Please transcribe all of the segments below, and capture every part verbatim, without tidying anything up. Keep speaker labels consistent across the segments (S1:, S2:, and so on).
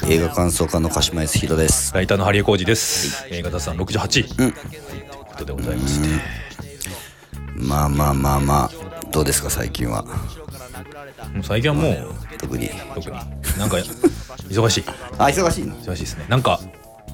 S1: 映画感想家の鹿島康弘です。
S2: ライターのハリエコージです、はい、映画雑談ろくじゅうはちい、うん、ということでございまして、
S1: まあまあまあまあどうですか最近は。
S2: もう最近はもう、まあ、
S1: 特に
S2: 特になんか忙しい
S1: あ忙しいの
S2: 忙しいですね。なんか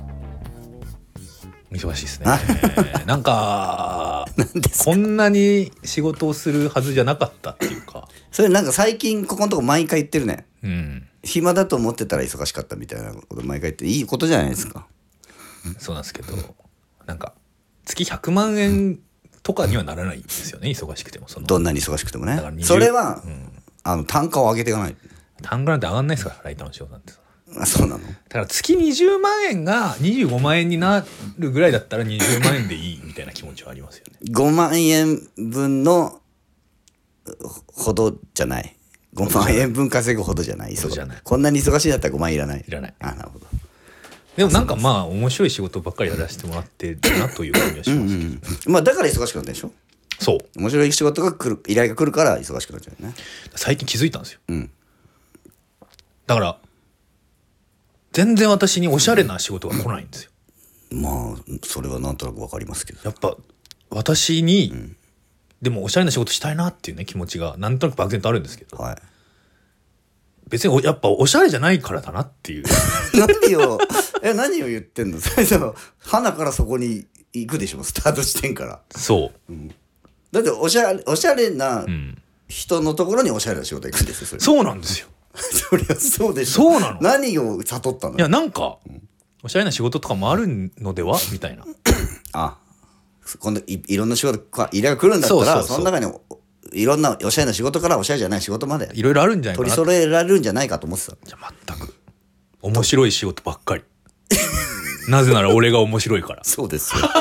S2: 忙しいですねなんかこんなに仕事をするはずじゃなかったっていうか、
S1: それなんか最近ここのとこ毎回言ってるね、
S2: うん、
S1: 暇だと思ってたら忙しかったみたいなこと毎回言っていいことじゃないですか。
S2: そうなんですけど、なんか月ひゃくまんえんとかにはならないんですよね、忙しくても。その
S1: どんなに忙しくてもね。それは、うん、あの単価を上げていかない。
S2: 単価なんて上がんないですから、ライターの仕事なんて。
S1: あ、そうなの。だ
S2: から月にじゅうまんえんがにじゅうごまんえんになるぐらいだったらにじゅうまんえんでいいみたいな気持ちはありますよね。
S1: ごまんえんぶんのほどじゃない。ごまんえんぶん稼ぐほどじゃない。
S2: そうじゃない。
S1: こんなに忙しいんだったらごまんいらない。
S2: いらない。
S1: あ、なるほど。
S2: でもなんかまあ面白い仕事ばっかりやらせてもらってるなという感じがしますけど、ね。うんうん、
S1: まあだから忙しくなったでしょ。
S2: そう。
S1: 面白い仕事が来る、依頼が来るから忙しくなっちゃうね。
S2: 最近気づいたんですよ。
S1: うん。
S2: だから全然私におしゃれな仕事が来ないんですよ。
S1: まあそれはなんとなくわかりますけど。
S2: やっぱ私に、うん、でもおしゃれな仕事したいなっていうね気持ちがなんとなく漠然とあるんですけど。はい。別にやっぱおしゃれじゃないからだなっていう
S1: 何をえ何を言ってんの最初の花からそこに行くでしょ、スタート地点から。
S2: そう、
S1: うん、だっておしゃれおしゃれな人のところにおしゃれな仕事行くんですよ。それ
S2: そうなんですよ
S1: そりゃそうでしょ。
S2: そうなの。
S1: 何を悟ったの。
S2: いやなんか、うん、おしゃれな仕事とかもあるのではみたいな
S1: あ今度 い, いろんな仕事依頼が来るんだったら、そうそうそう、その中にいろんなおしゃれな仕事からおしゃれじゃない仕事まで
S2: いろいろあるんじゃないかな、
S1: 取り揃えられるんじゃないかと思ってた。
S2: じゃ全く面白い仕事ばっかりなぜなら俺が面白いから
S1: そうですよ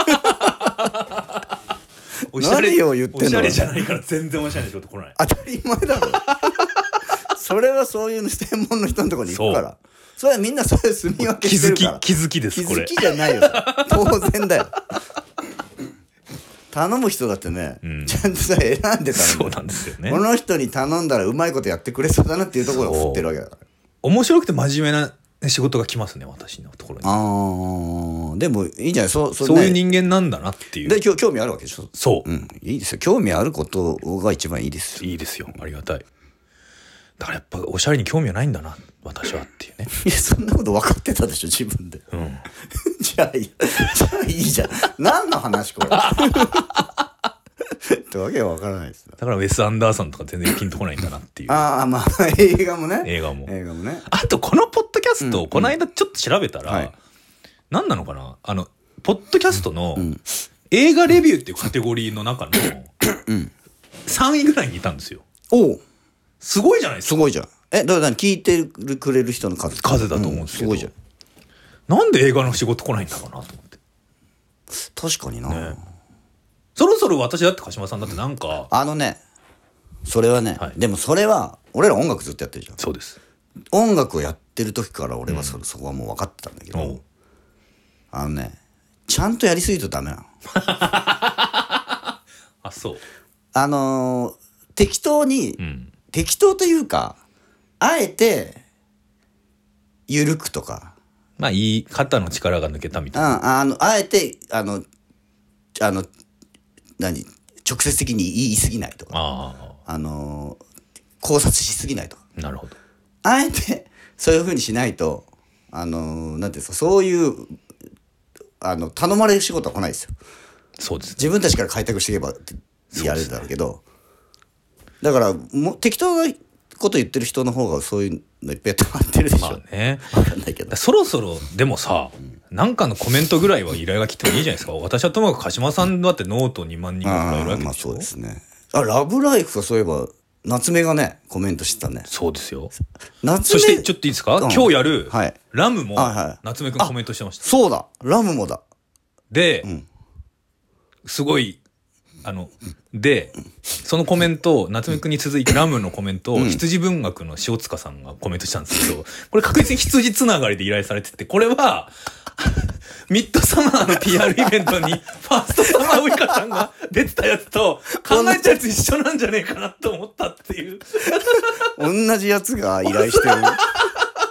S2: おしゃれ
S1: 何を言ってんの。
S2: おしゃれじゃないから全然おしゃれな仕事来ない。
S1: 当たり前だろそれはそういう専門の人のところに行くから。そ, それはみんなそれ住み分けしてるから。
S2: 気づき気づきです。これ
S1: 気づきじゃないよ当然だよ頼む人だってね、うん、ちゃんとさ選んでたの。
S2: そうなんですよね。
S1: この人に頼んだらうまいことやってくれそうだなっていうところを振ってるわけだから。
S2: 面白くて真面目な仕事が来ますね、私のところに。
S1: ああ、でもいいんじゃない。そ
S2: そ, そういう人間なんだなっていう。
S1: で興興味あるわけでしょ。
S2: そう、
S1: うん、いいですよ。興味あることが一番いいですよ。
S2: いいですよ、ありがたい。だからやっぱおしゃれに興味はないんだな私はっていうね。
S1: いやそんなこと分かってたでしょ自分で、うん、じゃあいいじゃあいいじゃん何の話これってわけは分からないです。
S2: だからウェス・アンダーソンとか全然ピンとこないんだなっていう。
S1: ああまあ映画もね
S2: 映画も
S1: 映画もね。
S2: あとこのポッドキャスト、うん、この間ちょっと調べたら、はい、何なのかな、あのポッドキャストの映画レビューっていうカテゴリーの中のさんいぐらいにいたんですよ。おおすごいじゃないですか。
S1: すごいじゃん。えだから聞いてくれる人の数
S2: 数だと思うんですけど、うん、すごいじゃ
S1: ん。
S2: なんで映画の仕事来ないんだろうなと思って。
S1: 確かにな、ね、
S2: そろそろ私だって鹿島さんだってなんか
S1: あのねそれはね、はい、でもそれは俺ら音楽ずっとやってるじゃん。
S2: そうです。
S1: 音楽をやってる時から俺は そ,、うん、そこはもう分かってたんだけど、あのねちゃんとやりすぎるとダメなの
S2: あそう
S1: あのー、適当に、うん適当というかあえて緩くとか、
S2: まあいい肩の力が抜けたみたいな、
S1: あ, あのあえてあのあの何直接的に言い過ぎないとか あ, あの考察しすぎないとか。
S2: なるほど。
S1: あえてそういう風にしないとあのなんていうんですか、そういうあの頼まれる仕事は来ないですよ。
S2: そうです、ね、
S1: 自分たちから開拓していけばやれるだろうけど、だからもう適当なこと言ってる人の方がそういうのいっぱいやってもらってるでしょ。
S2: まあね、
S1: 分かんないけど
S2: そろそろでもさ、うん、なんかのコメントぐらいは依頼が来てもいいじゃないですか。私はともかく鹿島さんだってノートにまんにんがもらえるわけでしょ。
S1: まあそうですね。あラブライフはそういえば夏目がねコメントしてたね。
S2: そうですよ。
S1: 夏
S2: 目そしてちょっといいですか、うん、今日やる、
S1: はい、
S2: ラムも夏目くんコメントしてました。
S1: そうだラムもだ
S2: で、うん、すごいあのでそのコメント夏目くんに続いてラムのコメントを、うん、羊文学の塩塚さんがコメントしたんですけど、これ確実に羊つながりで依頼されてて、これはミッドサマーの ピーアール イベントにファーストサマーウイカちゃんが出てたやつと考えたやつ一緒なんじゃねえかなと思ったっていう
S1: 同じやつが依頼してる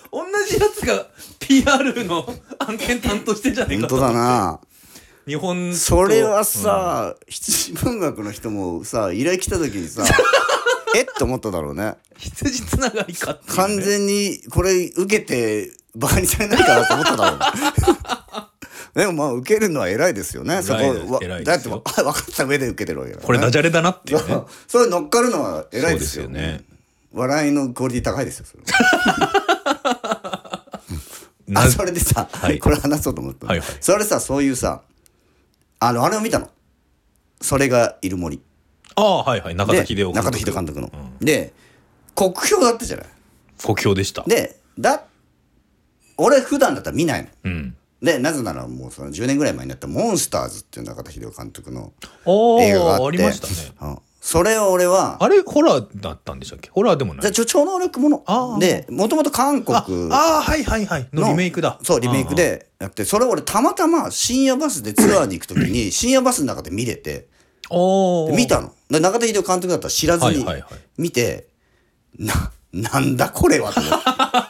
S2: 同じやつが ピーアール の案件担当してんじゃねえかと思って。
S1: 本当だな。
S2: 日本
S1: それはさ、うん、羊文学の人もさ依頼来た時にさえっと思っただろうね。
S2: 羊つながりかっていう、ね、
S1: 完全にこれ受けてバカにされないかなと思っただろうねでもまあ受けるのは偉いですよね。そこ
S2: 偉い
S1: だって分かった上で受けてるわけだから、ね、
S2: これダジャレだなっていうね。
S1: それ乗っかるのは偉いですよ。
S2: そうですよね。
S1: 笑いのクオリティ高いですよそれあ、それでさ、はい、これ話そうと思った、はいはい、それさ、そういうさあのあれを見たの、それがいる森。
S2: ああ、はいはい、中田秀夫監督。
S1: 中田秀夫監督の、うん、で国評だったじゃない。
S2: 国評でした。
S1: でだ俺普段だったら見ないの、
S2: うん、
S1: でなぜならもうそのじゅうねんぐらい前にやったモンスターズっていう中田秀夫監督の映画があって、
S2: あ, ありましたね、
S1: うん、それを俺は
S2: あれホラーだったんでしたっけ。ホラーでもない。
S1: じゃ超能力もので、もともと韓国の
S2: ああはいはいはいのリメイクだ。
S1: そうリメイクでやって、それを俺たまたま深夜バスでツアーに行くときに深夜バスの中で見れて
S2: お
S1: 見たの。で中田秀夫監督だったら知らずに見て、はいはいはい、ななんだこれはと思って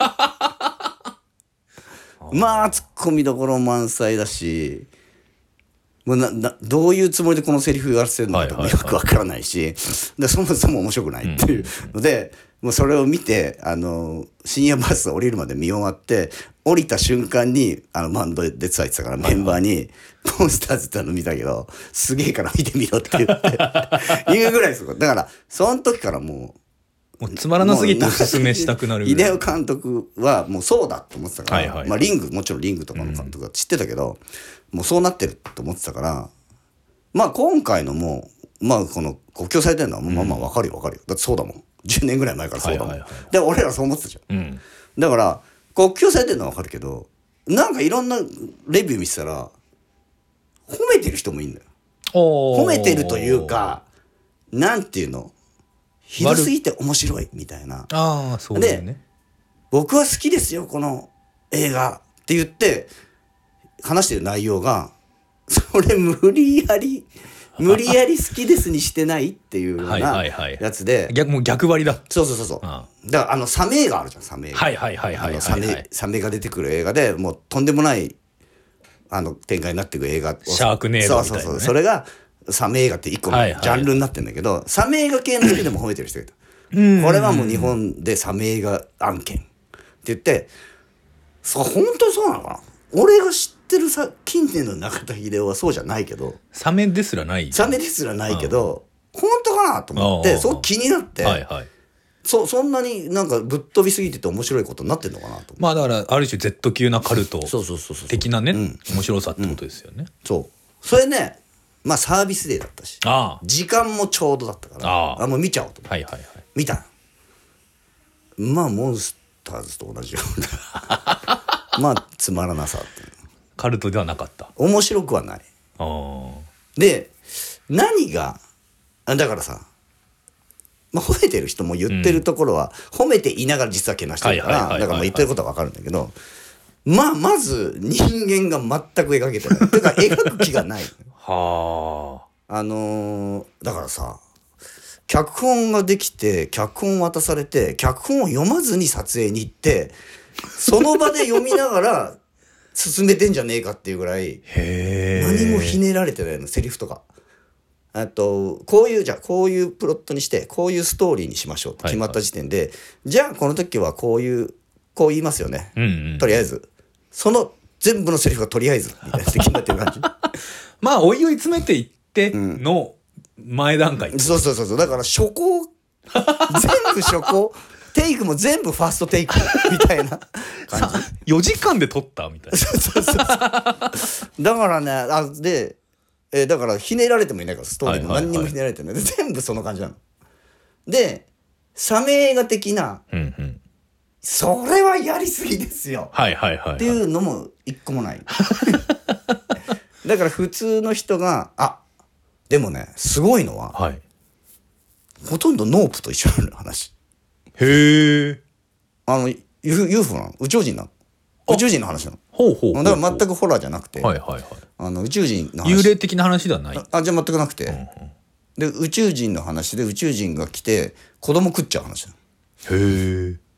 S1: まあツッコミどころ満載だし、もうななどういうつもりでこのセリフ言わせてるのかとかよくわからないし、でそもそも面白くないっていうので、もうそれを見てあの深夜バス降りるまで見終わって、降りた瞬間にあのバンドで伝えてたからメンバーに「モンスターズ」っての見たけどすげえから見てみろって言って言うぐらいですよ。だからその時からもう
S2: もうつまらなすぎておすすめしたくなるぐらい。
S1: 秀夫監督はもうそうだと思ってたから、はいはい、まあリングもちろんリングとかの監督は知ってたけど、うん、もうそうなってると思ってたから、まあ今回のもまあこの国境されてるのはまあまあ分かるよ分かるよ、だってそうだもん、じゅうねんぐらい前からそうだもん、はいはいはい、で俺らそう思ってたじゃん、うん、だから国境されてるのは分かるけど、なんかいろんなレビュー見てたら褒めてる人もいるんだよ。褒めてるというかなんていうの、ひどすぎて面白いみたいな。
S2: ああ、そうですね。で
S1: 僕は好きですよこの映画って言って話してる内容がそれ無理やり無理やり好きですにしてないっていうようなやつで
S2: 逆もう逆張りだ。
S1: そうそうそうそう。ああだからあのサメ映画あるじゃん、サメ映画。
S2: はいはいはいはいはい、
S1: サメサメが出てくる映画でもうとんでもないあの展開になっていく映画。
S2: シャークネードみたいな、ね。
S1: そうそうそう。それがサメ映画って一個のジャンルになってるんだけど、はいはい、サメ映画系の人でも褒めてる人がいた。これはもう日本でサメ映画案件って言って、そう本当にそうなのかな。俺が知ってるさ近年の中田秀夫はそうじゃないけど、
S2: サメですらない
S1: サメですらないけど、本当かなと思ってそう気になって、はいはい、そ, そんなになんかぶっ飛びすぎてて面白いことになってんのかなと思って。
S2: まあだからある種 Z 級なカルト的なね、うん、面白さってことですよね、うん、
S1: そうそれね、まあサービスデーだったし、あ時間もちょうどだったから、ああもう見ちゃおうと思って、はいはいはい、見た。まあモンスターズと同じようなまあつまらなさっていう、
S2: カルトではなかった、
S1: 面白くはない。あで何がだからさ、まあ、褒めてる人も言ってるところは、うん、褒めていながら実はけなしてるから、だからまあ言ってることは分かるんだけど、まあまず人間が全く描けてないてか描く気がないはあ、あのー、だからさ脚本ができて脚本渡されて脚本を読まずに撮影に行ってその場で読みながら進めてんじゃねえかっていうぐらい何もひねられてないの、セリフとか。あとこういうじゃあこういうプロットにしてこういうストーリーにしましょうって決まった時点で、はいはい、じゃあこの時はこういうこう言いますよね、うんうん、とりあえずその全部のセリフがとりあえずみたいな決まってる感じ
S2: まあおいおい詰めていっての前段階、うん、
S1: そうそうそうそう。だから初稿全部初稿テイクも全部ファーストテイクみたいな感
S2: じよじかんで撮ったみたいなそうそうそう
S1: だからねあでえー、だからひねられてもいないからストーリーも何にもひねられてない、はいはいはい、全部その感じなのでサメ映画的な、うんうん、それはやりすぎですよ、はいはいはいはい、っていうのも一個もないだから普通の人があでもねすごいのは、はい、ほとんどノープと一緒なの話。へえ。あの ユーフォー なの、宇宙人なの、宇宙人の話なの。ほうほうほうほう。だから全くホラーじゃなくて、はいはいはい、あの宇宙人の話、
S2: 幽霊的な話ではない。あ
S1: あじゃあ全くなくて、うんうん、で宇宙人の話で宇宙人が来て子供食っちゃう話なの。へえ。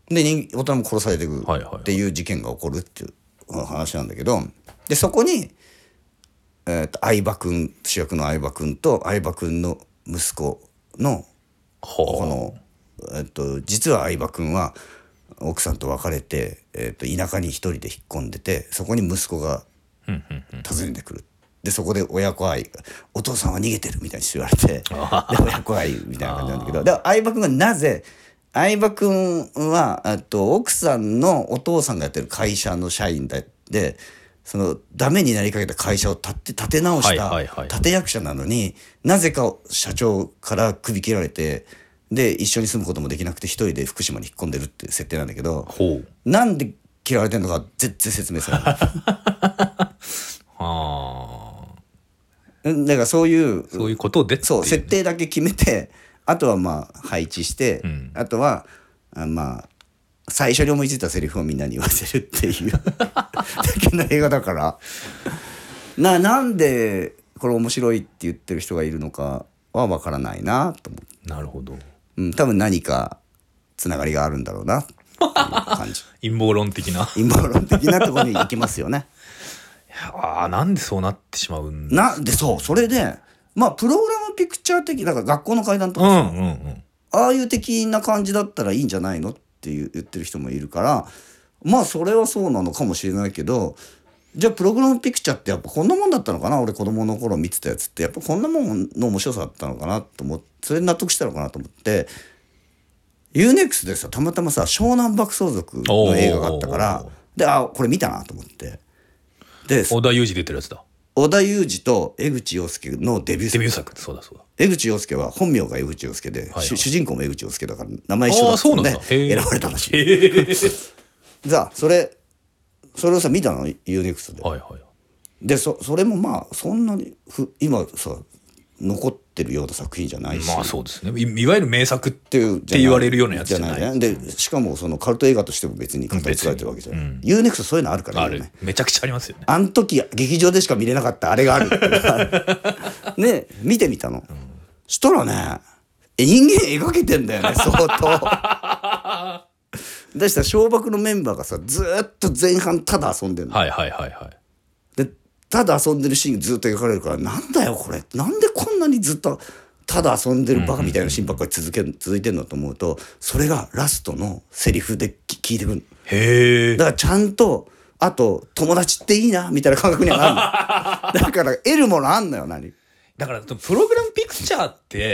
S1: で人大人も殺されていく
S2: はいはいはい
S1: っていう事件が起こるっていう話なんだけど、でそこに、えー、と相葉君、主役の相葉君と相葉君の息子のこの、えー、と実は相葉君は奥さんと別れて、えー、と田舎に一人で引っ込んでて、そこに息子が訪ねてくる。でそこで親子愛、お父さんは逃げてるみたいに言われて、で親子愛みたいな感じなんだけど、だから相葉君がなぜ、相葉君はあと奥さんのお父さんがやってる会社の社員で、でそのダメになりかけた会社を立て立て直した立役者なのに、なぜか社長から首切られて、で一緒に住むこともできなくて一人で福島に引っ込んでるっていう設定なんだけど、なんで切られてんのか全然説明されないはだからそういう
S2: そういうことでっていう、
S1: そう設定だけ決めて、あとはまあ配置して、
S2: うん、
S1: あとはあまあ最初に思いついたセリフをみんなに言わせるっていうだけの映画だからな、なんでこれ面白いって言ってる人がいるのかは分からないなと思う。
S2: なるほど、
S1: うん、多分何かつながりがあるんだろうなっていう感じ
S2: 陰謀論的な
S1: 陰謀論的なところに行きますよね
S2: ああ、なんでそうなってしまうん
S1: なんで、そうそれでまあプログラムピクチャー的だから学校の怪談とかさ、
S2: うんうんうん、
S1: ああいう的な感じだったらいいんじゃないのっていう言ってる人もいるから、まあそれはそうなのかもしれないけど、じゃあプログラムピクチャーってやっぱこんなもんだったのかな、俺子供の頃見てたやつってやっぱこんなもんの面白さだったのかなと思って、それに納得したのかなと思って、 ユーネクスト でさたまたまさ湘南爆走族の映画があったから、であこれ見たなと思って、で
S2: 織田裕二出てるやつだ。
S1: 織田裕二と江口洋介のデビュー作。
S2: デビュー作、そうだそうだ。
S1: 江口洋介は本名が江口洋介で、はいはい、主人公も江口洋介だから名前一緒だったので選ばれたらしい。さあそれそれをさ見たの ユーネクスト で。
S2: はいはい。
S1: で そ, それもまあそんなにふ今さ残ってるような作品じゃないし、
S2: まあそうですね、 い, いわゆる名作って言われるようなやつじゃない、
S1: じゃないで、しかもそのカルト映画としても別に語り継がれてるわけじゃない、うん、ユーネクスト そういうのあるからね。ある、
S2: めちゃくちゃありますよね。
S1: あの時劇場でしか見れなかったあれがあるね、見てみたの、うん、したらね人間描けてんだよね相当だしたら小爆のメンバーがさずっと前半ただ遊んでるの。
S2: はいはいはいはい。
S1: でただ遊んでるシーンずっと描かれるから、なんだよこれ、なんでこんなにずっとただ遊んでるバカみたいなシーンばっかり続け続いてるのと思うと、それがラストのセリフで聞いてくる。
S2: へえ。
S1: だからちゃんとあと友達っていいなみたいな感覚にはなるだから得るものあんのよ。何
S2: だからプログラムピクチャーって、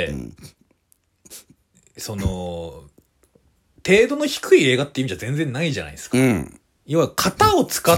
S2: うん、その程度の低い映画って意味じゃ全然ないじゃないですか、うん、要は型を使って、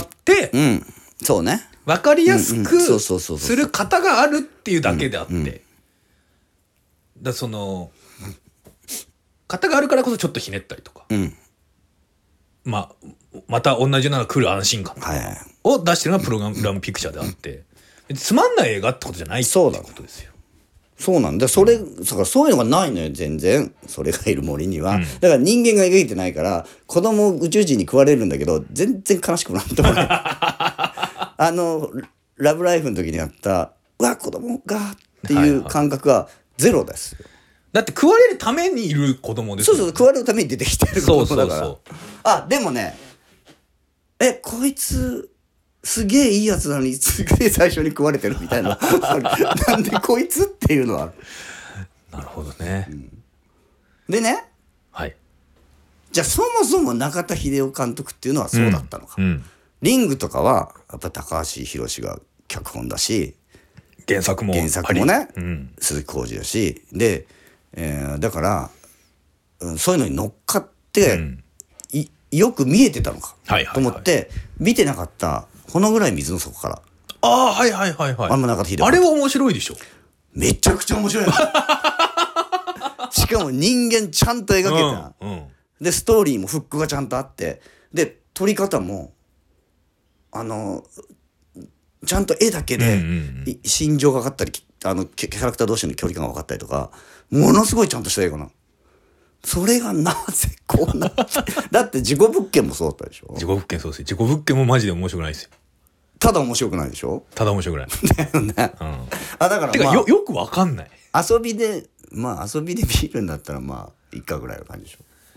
S1: うん、そうね、
S2: 分かりやすくする型があるっていうだけであって、うんうん、だその型があるからこそちょっとひねったりとか、うん、まあまた同じような来る安心感を出してるのがプログラムピクチャーであって、つまんない映画ってことじゃないっていうことですよ。
S1: そうなんだ。それ、だからそういうのがないのよ、全然。それがいる森には。うん、だから人間が描いてないから、子供宇宙人に食われるんだけど、全然悲しくもなんともない。あの、ラブライフの時にやった、うわ、子供がっていう感覚はゼロですよ。はいはい、
S2: だって食われるためにいる子供ですよね。
S1: そうそう、食われるために出てきてる子供だから。そうそうそう。あ、でもね、え、こいつ、すげえいいやつなのにすげえ最初に食われてるみたいななんでこいつっていうのはある。
S2: なるほどね、うん、
S1: でね、
S2: はい、
S1: じゃあそもそも中田秀夫監督っていうのはそうだったのか、うんうん、リングとかはやっぱ高橋宏が脚本だし、
S2: 原作も
S1: 原作もね、うん、鈴木浩二だしで、えー、だから、うん、そういうのに乗っかって、うん、よく見えてたのか、はいはいはい、と思って見てなかったこのぐらい水の底から。
S2: ああ、はいはいはいはい。
S1: あんま中田秀夫。
S2: あれは面白いでしょ。
S1: めちゃくちゃ面白いしかも人間ちゃんと描けた、うんうん、でストーリーもフックがちゃんとあって、で撮り方もあのちゃんと絵だけで、うんうんうん、心情が分かったり、あのキャラクター同士の距離感が分かったりとか、ものすごいちゃんとした映画なの。それがなぜこうなってだって事故物件もそうだったでしょ。
S2: 事故物件そうですよ。事故物件もマジで面白くないですよ。
S1: ただ面白くないでしょ。
S2: ただ面白くない
S1: だよね、うん、あだから、まあ、
S2: てか よ, よくわかんない。
S1: 遊びでまあ遊びで見るんだったらまあいっかぐらいの感じでしょ。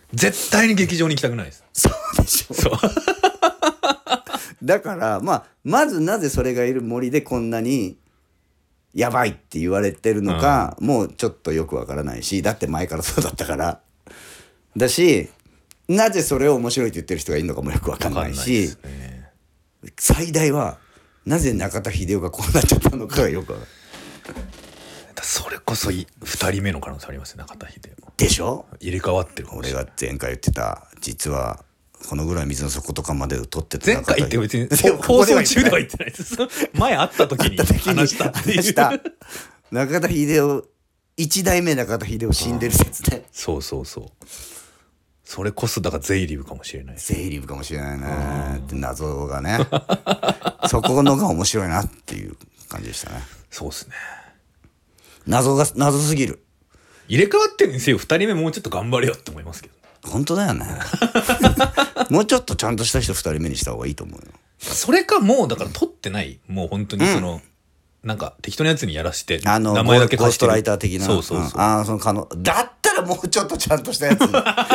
S2: 絶対に劇場に行きたくないです。
S1: そうでしょ。
S2: そう
S1: だからまあまずなぜそれがいる森でこんなにやばいって言われてるのか、うん、もうちょっとよくわからないし、だって前からそうだったからだし、なぜそれを面白いって言ってる人がいるのかもよくわかんないし、ね、最大はなぜ中田秀夫がこうなっちゃったのかがよくわかんない。
S2: それこそふたりめの可能性ありますね、中田秀夫
S1: でしょ。
S2: 入れ替わってる。
S1: 俺が前回言ってた、実はこのぐらい水の底とかまで撮ってた。
S2: 前回って別に放送中では言ってないです。前会った時に話したっていう
S1: 中田秀夫一代目中田秀夫死んでる説ね。
S2: そうそうそう。それこそだからゼイリブかもしれない。
S1: ゼイリブかもしれないねって謎がねそこのが面白いなっていう感じでしたね。
S2: そうですね。
S1: 謎が謎すぎる。
S2: 入れ替わってるにせよふたりめもうちょっと頑張れよって思いますけど。
S1: 本当だよねもうちょっとちゃんとした人ふたりめにした方がいいと思うよ。
S2: それかもうだから撮ってないもう本当にその、うん、なんか適当なやつにやらして、
S1: あの
S2: 名前だけ
S1: ゴーストライター的な。
S2: そうそうそう、
S1: うん、ああその可能だったらもうちょっとちゃんとしたやつに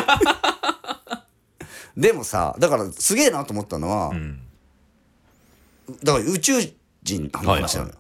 S1: でもさ、だからすげえなと思ったのは、うん、だから宇宙人の話なのよ、はいはい、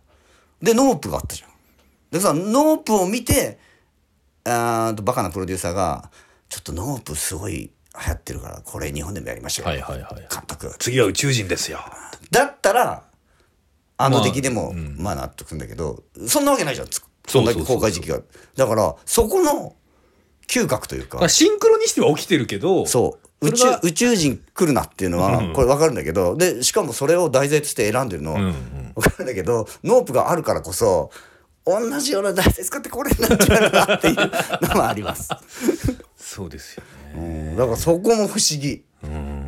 S1: でノープがあったじゃん。でさノープを見て、あーとバカなプロデューサーがちょっとノープすごい流行ってるからこれ日本でもやりましょうよ、はいはいはい、監督
S2: 次は宇宙人ですよ
S1: だったらあの出来でも、まあ、うん、まあ納得するんだけど、そんなわけないじゃん、そんだけ公開時期が。だからそこの嗅覚というか、
S2: シンクロにしては起きてるけど、
S1: そう宇宙宇宙人来るなっていうのはこれ分かるんだけど、うん、でしかもそれを題材として選んでるのは分かるんだけど、うんうん、ノープがあるからこそ同じような題材使ってこれになっちゃうなっていうのもあります
S2: そうですよ
S1: ね、うん、だからそこも不思議、うん、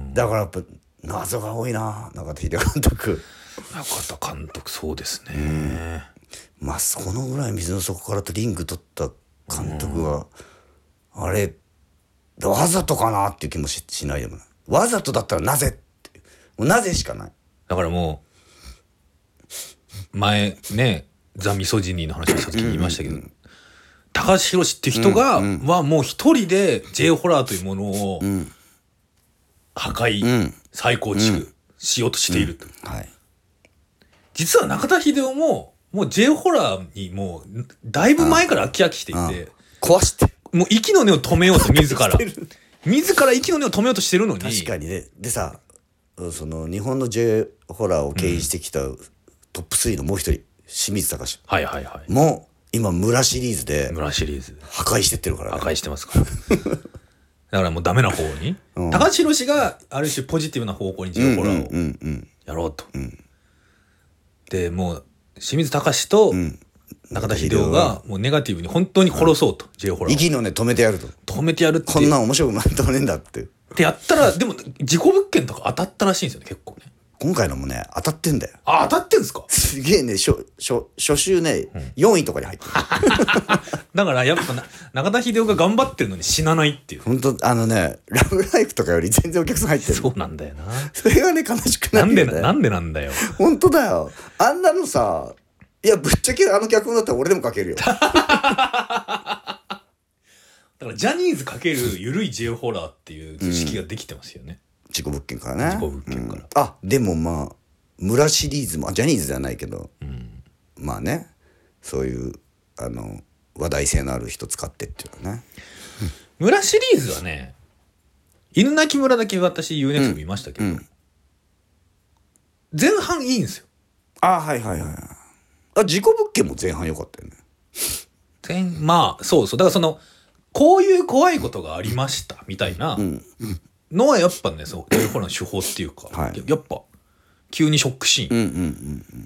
S1: だからやっぱ謎が多いな中田秀夫監督。
S2: 中田監督そうですね、
S1: うん、まあこのぐらい水の底からとリング取った監督は、うん、あれわざとかなっていう気も し, しないでもない。わざとだったらなぜってもうなぜしかない。
S2: だからもう前ねザ・ミソジニーの話をした時に言いましたけど、うんうんうん、高橋宏っていう人が、うんうん、はもう一人で J ホラーというものを破壊、うん、再構築しようとしていると、うんうんはい、実は中田秀夫ももう J ホラーにもうだいぶ前から飽き飽きしていて、
S1: 壊して
S2: もう息の根を止めようと自ら自ら息の根を止めようとしてるのに。
S1: 確かにね。でさその日本の J ホラーを牽引してきたトップスリーのもう一人清水隆、
S2: はいはいはい、
S1: もう今村シリーズで
S2: 村シリーズ
S1: 破壊してってるからね。
S2: 破壊してますからだからもうダメな方に、うん、高橋宏がある種ポジティブな方向に J ホラーをやろうと、うんうんうん、でもう清水隆と中田秀夫がもうネガティブに本当に殺そうと、うん、J ホラーを
S1: 息のね止めてやると
S2: 止めてやるって
S1: こんなん面白くないとねえんだって
S2: ってやったらでも事故物件とか当たったらしいんですよね結構ね。
S1: 今回のもね当たってんだよ。
S2: あ当たってんすか。
S1: すげえね初初初週ね、うん、よんいとかに入ってる
S2: だからやっぱな中田秀夫が頑張ってるのに死なないっていう。
S1: 本当あのねラブライフとかより全然お客さん入ってる。
S2: そうなんだよな。
S1: それがね悲しくないんだよ。
S2: なんでなんでなんだよ。
S1: 本当だよ。あんなのさいやぶっちゃけあの脚本だったら俺でも書けるよだ
S2: からジャニーズ×ゆるい J ホラーっていう図式ができてますよね、
S1: うん、事故物件からね。
S2: 事故物件から、うん、
S1: あでもまあ村シリーズもジャニーズではないけど、うん、まあねそういうあの話題性のある人使ってっていうのはね
S2: 村シリーズはね犬鳴村だけ私 ユーネクスト 見ましたけど、うんうん、前半いいんですよ。
S1: あはいはいはい。あ事故物件も前半良かったよね。
S2: 前まあそうそうだからそのこういう怖いことがありましたみたいなのはやっぱねそうJホラーの手法っていうか、はい、やっぱ急にショックシーン、うんうんうんうん、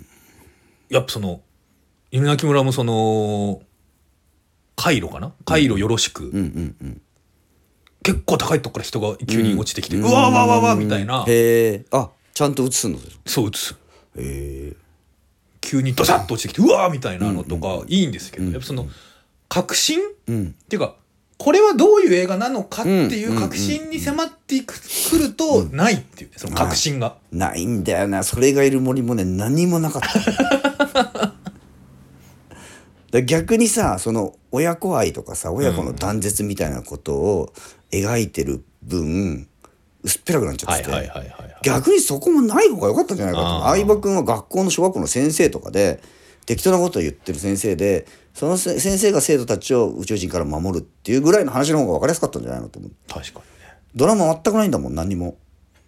S2: やっぱその犬鳴村もその回路かな回路よろしく、うんうんうん、結構高いとこから人が急に落ちてきて、うん、うわわわわみたいな。
S1: へえあちゃんと映すの。
S2: そう映す。
S1: へえ
S2: 急にドサッと落ちてきてうわーみたいなのとかいいんですけど、うんうん、やっぱその確信、うん、っていうかこれはどういう映画なのかっていう確信に迫っていく、くるとないっていうねその確信が
S1: ないんだよな。それがいる森もね何もなかっただ逆にさその親子愛とかさ親子の断絶みたいなことを描いてる分薄っぺらくなっちゃってて、
S2: はいはいはいはいはい、
S1: 逆にそこもない方が良かったんじゃないかと。相葉君は学校の小学校の先生とかで適当なことを言ってる先生でその先生が生徒たちを宇宙人から守るっていうぐらいの話の方が分かりやすかったんじゃないのと思う。
S2: 確かにね。
S1: ドラマ全くないんだもん何にも。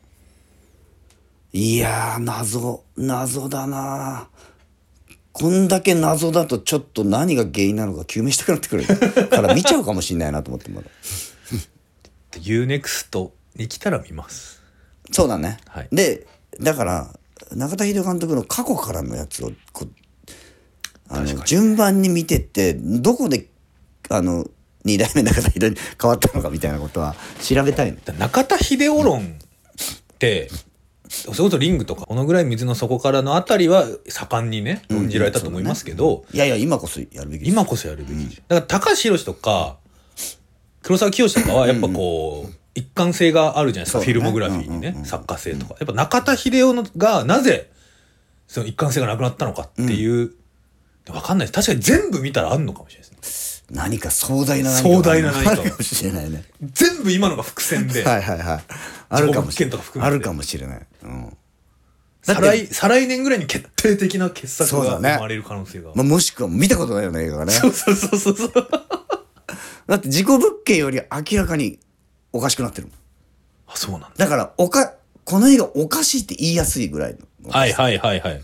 S1: いやー謎謎だな。こんだけ謎だとちょっと何が原因なのか究明したくなってくるから見ちゃうかもしんないなと思ってまだ
S2: ユーネクスト に来たら見ます。
S1: そうだね、
S2: はい、
S1: でだから中田秀夫監督の過去からのやつをこあの順番に見てってどこであのに代目中田秀夫に変わったのかみたいなことは調べたいの。
S2: 中田秀夫論ってそれこそリングとかこのぐらい水の底からのあたりは盛んにね論じられたと思いますけど、
S1: うんね、いやいや今こそやるべきです。
S2: 今こそやるべき、うん、だから高橋宏とか黒沢清とかはやっぱこう、うん、一貫性があるじゃないですか、ね、フィルモグラフィーにね、うんうんうん、作家性とかやっぱ中田秀夫がなぜその一貫性がなくなったのかっていう、うん分かんないです。確かに全部見たらあんのかもしれないですね。
S1: 何か壮大な何
S2: か壮大な何か
S1: あるかもしれないね。
S2: 全部今のが伏線で
S1: はいはいはいあるかもしれないあるかもしれない、うん、
S2: 再来再来年ぐらいに決定的な傑作が生まれる可能性が、ね
S1: まあ、もしくは見たことないよね映画がね。
S2: そうそうそうそうそう
S1: だって事故物件より明らかにおかしくなってるもん。
S2: あそうなんだ。
S1: だからおかこの映画おかしいって言いやすいぐらいの。
S2: はいはいはいはい。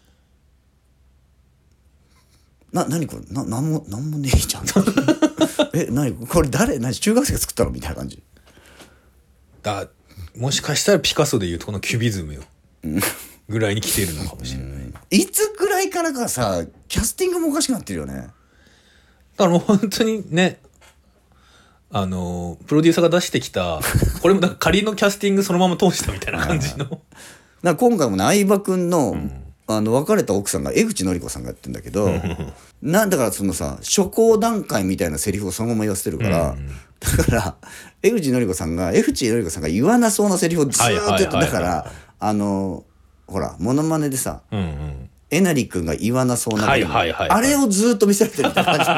S1: な、なにこれな、なんも、なんもねえじゃん。え、なにこれ誰何中学生が作ったのみたいな感じ。
S2: だもしかしたらピカソでいうとこのキュビズムよぐらいに来ているのかもしれない。
S1: いつぐらいからかさ、キャスティングもおかしくなってるよね。
S2: だからもう本当にね、あの、プロデューサーが出してきた、これもなんか仮のキャスティングそのまま通したみたいな感じの。だか
S1: ら今回もね、相葉くんの、うんあの別れた奥さんが江口のり子さんがやってんだけどなんだからそのさ初行段階みたいなセリフをそのまま言わせてるから、うんうん、だから江口のり子さんが江口のり子さんが言わなそうなセリフをずーっと言ってだからあのほらモノマネでさ、うんうん、えなりくんが言わなそうな、はいはいはいはい、あれをずーっと見せられてるみたいな感じ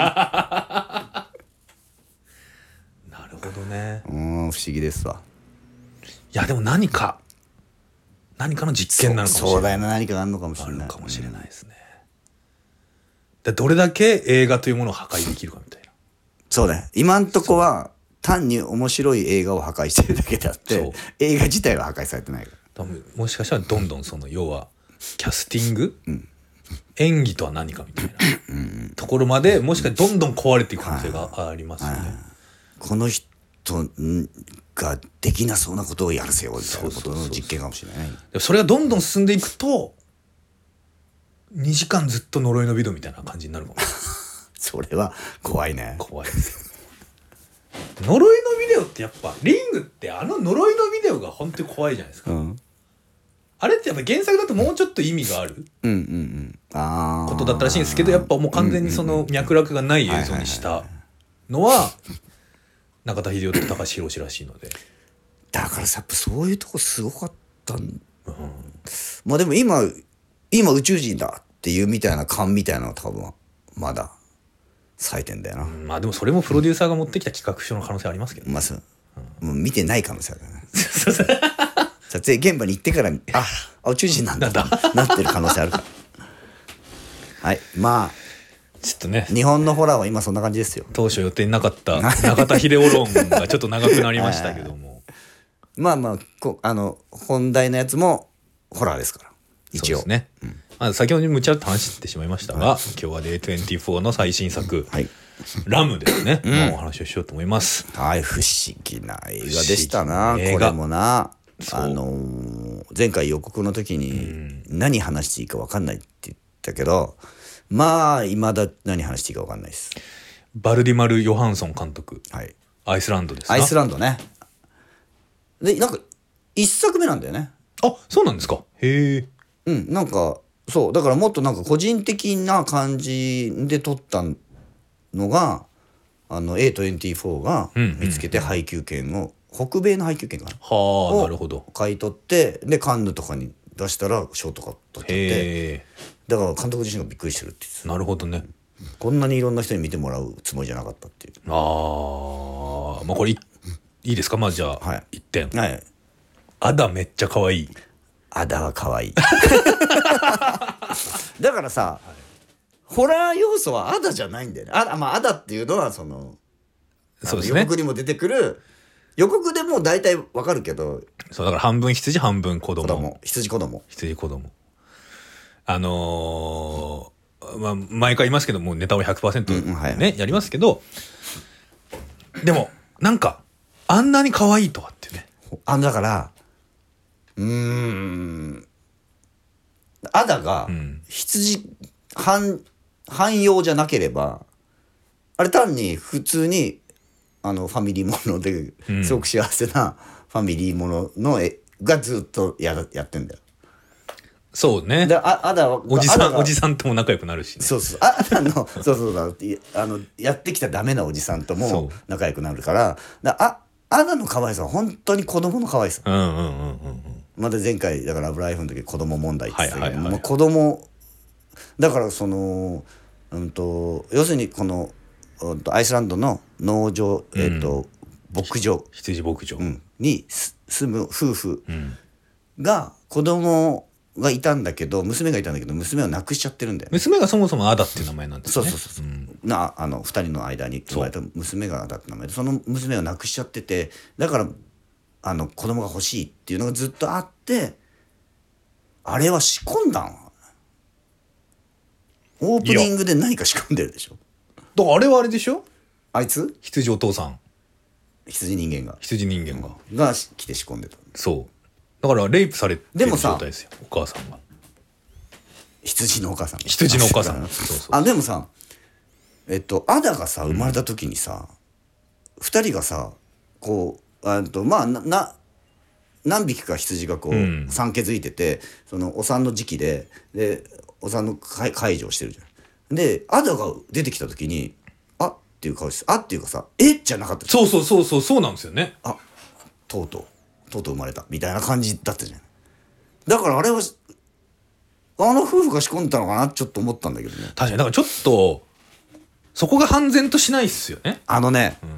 S2: なるほどね。
S1: うん不思議ですわ。
S2: いやでも何か何かの実験なのかもしれない。
S1: 壮大な何かがあるのかもしれない。
S2: あるかもしれないですね。でどれだけ映画というものを破壊できるかみたいな。
S1: そうね。今んとこは単に面白い映画を破壊してるだけであって映画自体は破壊されてないから。
S2: 多分もしかしたらどんどんその要はキャスティング、うん、演技とは何かみたいなところまでもしかしたらどんどん壊れていく可能性がありますよね。
S1: この人ができなそうなことをやらせようみたいなことの実験かもしれない。
S2: それがどんどん進んでいくとにじかんずっと呪いのビデオみたいな感じになるかも
S1: それは怖いね。
S2: 怖いです呪いのビデオってやっぱリングってあの呪いのビデオが本当に怖いじゃないですか、うん、あれってやっぱ原作だともうちょっと意味があることだったらしいんですけどやっぱもう完全にその脈絡がない映像にしたのは中田秀夫と高橋宏らしいので
S1: だからさやっぱそういうとこすごかったん、うん、まあでも今今宇宙人だっていうみたいな感みたいなのは多分まだ咲いてんだよな、うん、
S2: まあでもそれもプロデューサーが持ってきた企画書の可能性ありますけど、ね、
S1: まあそう、うん、もう見てない可能性あるよね撮影現場に行ってからああ宇宙人なんだとなってる可能性あるからはいまあ
S2: ちょっとね
S1: 日本のホラーは今そんな感じですよ。
S2: 当初予定になかった中田秀夫論がちょっと長くなりましたけども
S1: まあまあこあの本題のやつもホラーですから一応
S2: そうですね、うんまあ、先ほどにむちゃっと話してしまいましたが、はい、今日は デイトゥエンティフォー の最新作、はい、ラムですね、うんまあ、お話をしようと思います。
S1: はい不思議な映画でしたなこれもなあのー、前回予告の時に何話していいか分かんないって言ったけどまあ未だ何話していいか分かんないです。
S2: バルディマル・ヨハンソン監督、はい、アイスランドですか。
S1: アイスランドね。でなんか一作目なんだよね。
S2: あそうなんですか。へえ。
S1: うんなんかそうだからもっとなんか個人的な感じで撮ったのがあの エートゥエンティフォー が見つけて配給権を、うんうん、北米の配給権かな
S2: はあなるほど
S1: 買い取ってでカンヌとかに出したら賞とか取っちゃってだから監督自身がびっくりしてるって言ってた。
S2: なるほどね。
S1: こんなにいろんな人に見てもらうつもりじゃなかったっていう。
S2: ああ、まあこれいいいですか。まあじゃあ、はい、いってん。
S1: はい。
S2: アダめっちゃ可愛い。
S1: アダは可愛い。だからさ、はい、ホラー要素はアダじゃないんだよね。あ、まあアダっていうのはその、そうですね、予告にも出てくる。予告でもう大体わかるけど。
S2: そうだから半分羊半分子供。
S1: 子供羊子供
S2: 羊子供。あのー、まあ毎回言いますけどもうネタを ひゃくパーセント ね、うんはいはい、やりますけど、でもなんかあんなに可愛いとはってね。
S1: あだからうーんアダが羊汎汎用じゃなければあれ単に普通にあのファミリーものですごく幸せなファミリーものの絵がずっと や, やってんだよ。
S2: そうね。
S1: でああだ
S2: おじさんおじさんとも仲良くなるし、ね、
S1: そうそうああのそうそうだあのやってきたダメなおじさんとも仲良くなるからだあアダの可愛さは本当に子供の可愛さ。
S2: うんうんうんうんうん。
S1: まだ前回だからラブライフの時子供問題って言ってたけど、もう子供だからそのうんと要するにこのアイスランドの農場、えーとうん、牧場
S2: 羊牧場、
S1: うん、に住む夫婦が子供がいたんだけど娘がいたんだけど娘を亡くしちゃってるんだよ、ね、
S2: 娘がそもそもアダっていう名前なんですね。
S1: そうそうそう、うん、なあのふたりの間に生まれた娘がアダって名前でその娘を亡くしちゃっててだからあの子供が欲しいっていうのがずっとあってあれは仕込んだんオープニングで何か仕込んでるでしょ。
S2: だからあれはあれでしょ
S1: あいつ
S2: 羊お父さん
S1: 羊人間が
S2: 羊人間が、
S1: うん、が来て仕込んでた。
S2: そうだからレイプされてる状態ですよお母さんが
S1: 羊のお母さん
S2: 羊のお母さんそう
S1: そうそうあでもさえっとアダがさ生まれた時にさ、うん、ふたりがさこうあとまあなな何匹か羊がこう、うん、産気づいててそのお産の時期ででお産の介助をしてるじゃん。でアダが出てきた時にあっていう顔してあっていうかさえじゃなかった。
S2: そうそうそうそうそうなんですよね。
S1: あとうとうとうとう生まれたみたいな感じだったじゃん。だからあれはあの夫婦が仕込んだのかなちょっと思ったんだけどね。
S2: 確かにだからちょっとそこが判然としないっすよね。
S1: あのね、うん、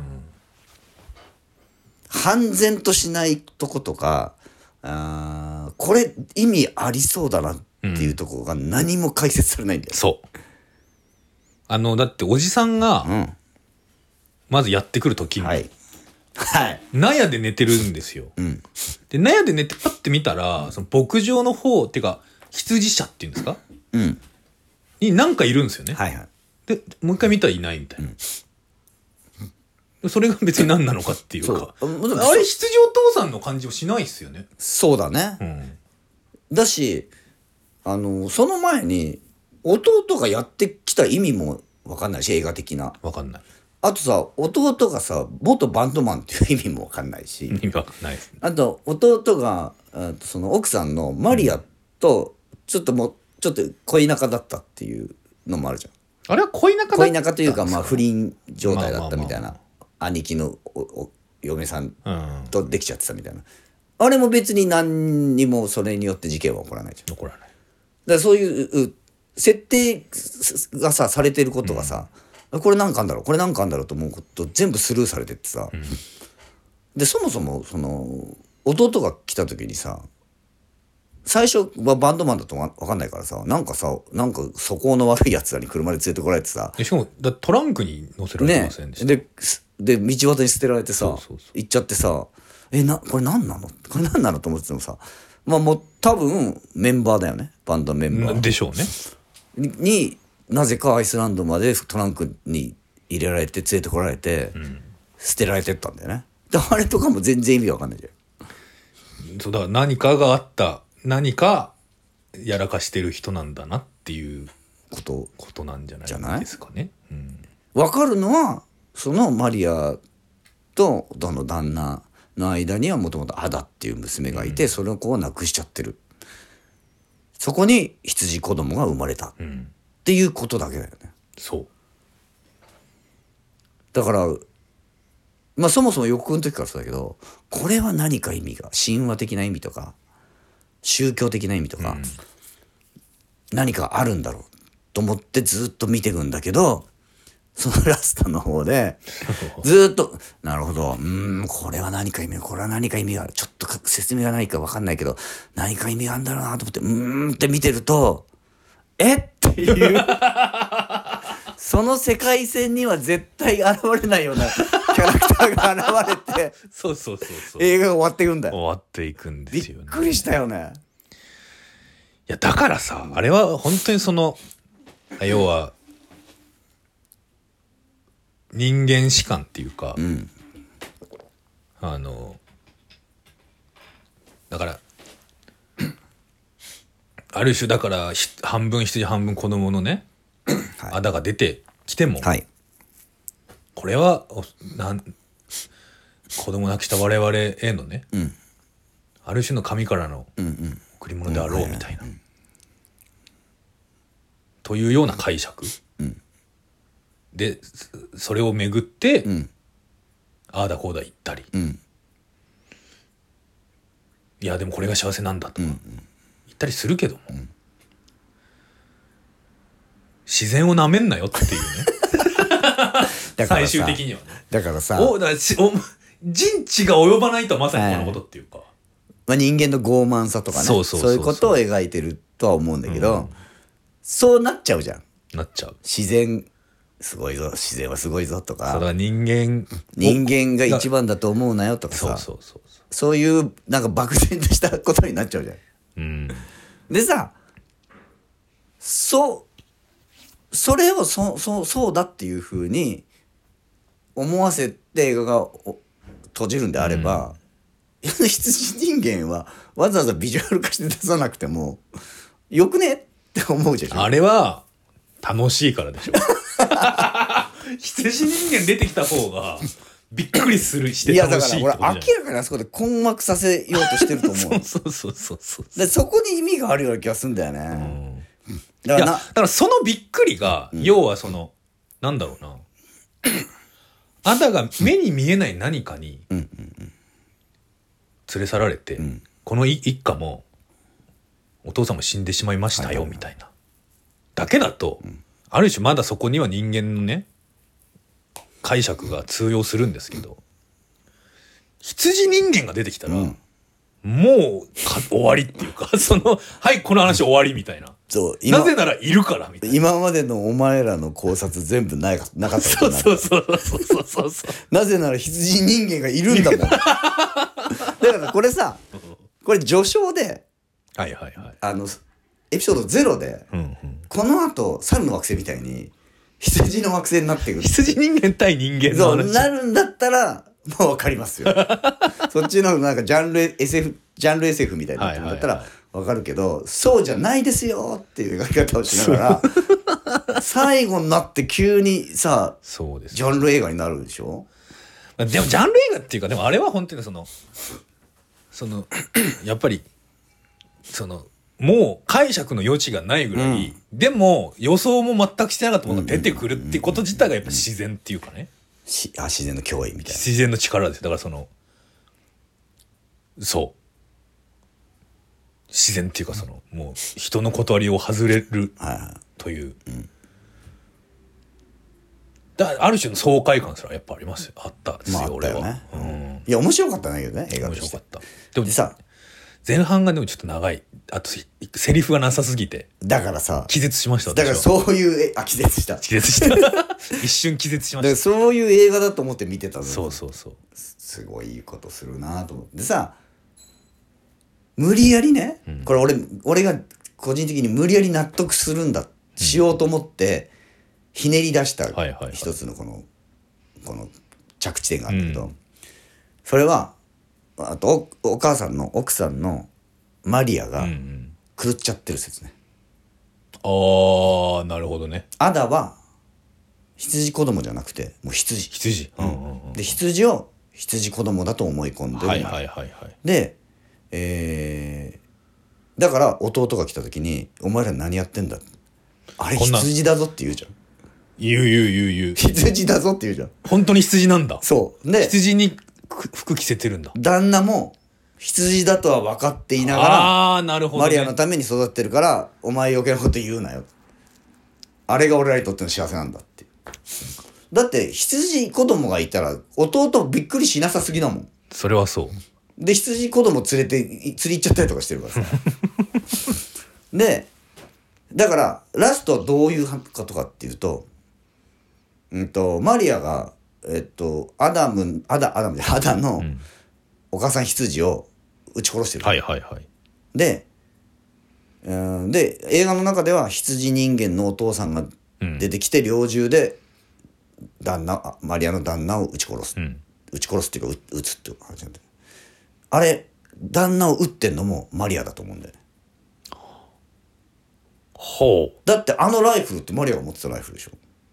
S1: 判然としないとことかあこれ意味ありそうだなっていうところが何も解説されないんだよ、
S2: うん、そうあのだっておじさんがまずやってくる時に、はいはい、納屋で寝てるんですよ、うん、で納屋で寝てパッて見たらその牧場の方っていうか羊舎っていうんですか、うん、に何かいるんですよね、はいはい、でもう一回見たらいないみたいな、うん、それが別に何なのかっていうかあれ羊お父さんの感じはしないっすよね。
S1: そうだね、うん、だしあのその前に弟がやってきた意味も分かんないし映画的な
S2: 分かんない。
S1: あとさ弟がさ元バンドマンっていう意味も分かんないし意
S2: 味分かんないです、ね、
S1: あと弟がその奥さんのマリアとちょっともうちょっと恋仲だったっていうのもあるじゃん。
S2: あれは恋仲だった
S1: 恋仲というかまあ不倫状態だったみたいな、まあまあまあ、兄貴のおお嫁さんとできちゃってたみたいな、うん、あれも別に何にもそれによって事件は起こらないじゃん。
S2: 起こらない。だ
S1: からそういう設定がさされてることがさ、うん、これなんかあんだろうこれなんかあんだろうと思うこと全部スルーされてってさ、うん、でそもそもその弟が来た時にさ最初はバンドマンだと分かんないからさなんかさなんか素行の悪いやつらに車で連れてこられてさ
S2: しかもだトランクに乗せられてませんでした、ね、
S1: で, で道端に捨てられてさそうそうそう行っちゃってさえなこれ何なのこれ何なのと思っててもさまあもう多分メンバーだよねバンドメンバー
S2: でしょうね
S1: に, になぜかアイスランドまでトランクに入れられて連れてこられて、うん、捨てられてったんだよね。であれとかも全然意味わかんないじゃん。
S2: そうだから何かがあった何かやらかしてる人なんだなっていうことことなんじゃないですかね。うん、
S1: 分かるのはそのマリアとどの旦那の間にはもともとアダっていう娘がいて、うん、その子を亡くしちゃってる。そこに羊子供が生まれた、うん、っていうことだけだよね。
S2: そう
S1: だからまあそもそも予告の時からそうだけどこれは何か意味が神話的な意味とか宗教的な意味とか、うん、何かあるんだろうっと思ってずっと見てくんだけど、そのラストの方でずっとなるほど、うーんこれは何か意味これは何か意味がある、ちょっと説明がないか分かんないけど何か意味があるんだろうなと思って、うーんって見てるとえっていうその世界線には絶対現れないようなキャラクターが現れて
S2: そうそうそうそう
S1: 映画が終わっていくんだよ。
S2: 終わっていくんですよね。
S1: びっくりしたよね。
S2: いやだからさ、あれは本当にその要は人間史観っていうか、
S1: うん、
S2: あのだからある種だから半分羊半分子供のね、はい、あだが出てきても、はい、これはなん子供亡くした我々へのね、うん、ある種の神からの贈り物であろうみたいな、というような解釈、うん、でそれをめぐって、うん、ああだこうだ言ったり、うん、いやでもこれが幸せなんだとか、うんうん言ったりするけども、うん、自然をなめんなよっていうねだから最終的にはね
S1: だからさ
S2: おだからしお人知が及ばないとはまさにこのことっていうか、
S1: まあ、人間の傲慢さとかねそうそうそうそうそういうことを描いてるとは思うんだけど、うん、そうなっちゃうじゃん。
S2: なっちゃう。
S1: 自然すごいぞ自然はすごいぞとか、
S2: そうだ人間
S1: 人間が一番だと思うなよとかさ、そうそうそうそうそういうなんか漠然としたことになっちゃうじゃん。うん、でさそうそれをそそそうだっていう風に思わせて映画が閉じるんであれば、うん、羊人間はわざわざビジュアル化して出さなくてもよくねって思うじゃん。
S2: あれは楽しいからでしょ羊人間出てきた方がびっくりするして楽しいってことじゃん。いやだ
S1: から俺明らかにあそこで困惑させようとしてると思う
S2: そうそうそうそう
S1: でそこに意味があるような気がするんだよね、
S2: うん、だからな、いやだからそのびっくりが、うん、要はそのなんだろうなあんたが目に見えない何かに連れ去られて、うん、この一家もお父さんも死んでしまいましたよ、はい、みたいなだけだと、うん、ある種まだそこには人間のね解釈が通用するんですけど、羊人間が出てきたら、うん、もう終わりっていうかそのはいこの話終わりみたいな、そうなぜならいるからみたいな、
S1: 今までのお前らの考察全部なかなかったことになる。
S2: そうそうそうそうそうそうそう
S1: なぜなら羊人間がいるんだもんだからこれさこれ序章で、
S2: はいはいはい、
S1: あのエピソードゼロで、うんうん、このあと猿の惑星みたいに羊の惑星になっていく
S2: 羊人間対人間の話
S1: そうなるんだったらもう分かりますよそっちのなんかジャンル エスエフ ジャンル エスエフ みたいになってるんだったら分かるけど、はいはいはい、そうじゃないですよっていう描き方をしながら最後になって急にさそうです、ジャンル映画になるでしょ。
S2: でもジャンル映画っていうかでもあれは本当にそのそのやっぱりそのもう解釈の余地がないぐらい、うん、でも予想も全くしてなかったものが出てくるってこと自体がやっぱ自然っていうかね、
S1: しあ自然の脅威みたいな
S2: 自然の力です。だからそのそう自然っていうかそのもう人の断りを外れるという、はいはいうん、だある種の爽快感すらやっぱありますよ。あったですよ、まあ、俺は、ねうん、
S1: いや面白かったんだけどね映画として
S2: 面白かった。でもさ前半がでもちょっと長い、あとセリフがなさすぎて
S1: だからさ
S2: 気絶しました。
S1: だからそういうあ気絶した
S2: 気絶した一瞬気絶しました。だ
S1: からそういう映画だと思って見てたの。
S2: そうそうそう
S1: すごいいいことするなと思ってさ無理やりね、うん、これ俺俺が個人的に無理やり納得するんだ、うん、しようと思ってひねり出した一つのこのこの着地点があるんだけど、うん、それはあと お, お母さんの奥さんのマリアが狂っちゃってる説ね、
S2: うんうん、ああなるほどね。
S1: アダは羊子供じゃなくてもう羊
S2: 羊、うんうんうん、
S1: で羊を羊子供だと思い込んでる、
S2: はいはいはいはい、
S1: で、えー、だから弟が来た時にお前ら何やってんだあれ羊だぞって言うじゃん。
S2: 言う言う言う言う
S1: 羊だぞって言うじゃん。
S2: 本当に羊なんだ。
S1: そうで
S2: 羊に服着せてるんだ。
S1: 旦那も羊だとは分かっていながら、
S2: あーなるほどね、
S1: マリアのために育ってるからお前余計なこと言うなよ。 あれが俺らにとっての幸せなんだっていう。だって羊子供がいたら弟びっくりしなさすぎだもん。
S2: それはそう
S1: で羊子供連れて釣り行っちゃったりとかしてるからさでだからラストはどういうことかっていうと、うんとマリアがえっとアダムアダアダムでアダのお母さん羊を撃ち殺してる、
S2: はいはいはい。
S1: で、うん、で映画の中では羊人間のお父さんが出てきて猟銃で旦那マリアの旦那を撃ち殺す、うん、撃ち殺すっていうか撃つっていう感じなんだよ。あれ旦那を撃ってんのもマリアだと思うんだよね。
S2: ほう。
S1: だってあのライフルってマリアが持ってたライフルでしょ。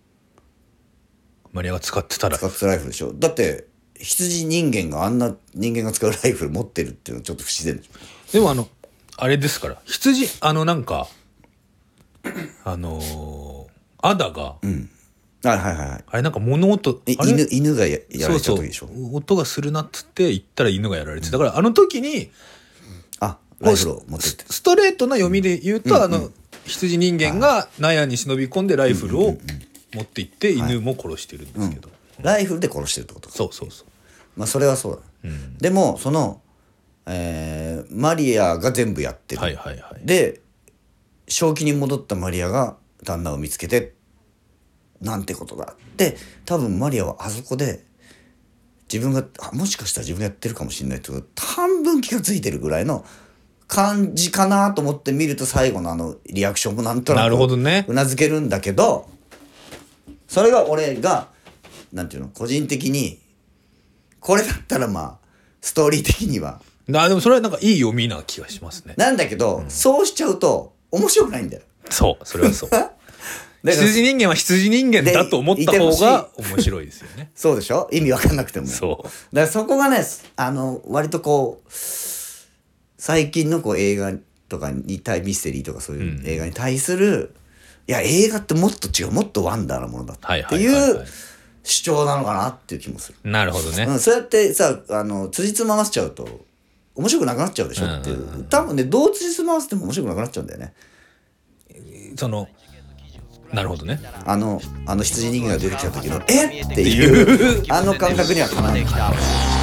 S2: マリアが使ってたライフル。
S1: 使ってたライフルでしょ。だって羊人間があんな人間が使うライフル持ってるっていうのはちょっと不自然でしょ。
S2: でもあのあれですから羊あのなんかあのー、アダが、
S1: うん、はいはいはい。
S2: あれなんか物音
S1: 犬犬が や, やられちゃう時でしょ。
S2: そうそう音がするなっつって言ったら犬がやられて、うん、だからあの時に
S1: あライフルを持ってって
S2: ス, ストレートな読みで言うと、うん、あの羊人間が納屋に忍び込んでライフルを持って行って犬も殺してるんですけど、
S1: はいうん、ライフルで殺してるってことか。
S2: そうそうそう。
S1: まあそれはそうだ、うん、でもその、えー、マリアが全部やってる、
S2: はいはいはい、で
S1: 正気に戻ったマリアが旦那を見つけてなんてことだって多分マリアはあそこで自分がもしかしたら自分がやってるかもしれないって半分気がついてるぐらいの感じかなと思って見ると最後のあのリアクションもなんとなくうなずけるんだけど、それが俺がなんていうの個人的にこれだったらまあストーリー的には
S2: あでもそれはなんかいい読みな気がしますね。
S1: なんだけど、うん、そうしちゃうと面白くないんだよ。
S2: そうそれはそう羊人間は羊人間だと思った方が面白いですよね
S1: そうでしょ、意味わかんなくても。
S2: そう
S1: だからそこがねあの割とこう最近のこう映画とかに対ミステリーとかそういう映画に対する、うん、いや映画ってもっと違うもっとワンダーなものだっていう主張なのかなっていう気もする。
S2: なるほどね、
S1: うん、そうやってさあの辻褄合わせちゃうと面白くなくなっちゃうでしょっていう、うんうんうん、多分ねどう辻褄合わせても面白くなくなっちゃうんだよね。
S2: そのなるほどね。
S1: あのあの羊人間が出てきた時のえっていうあの感覚にはかなわない。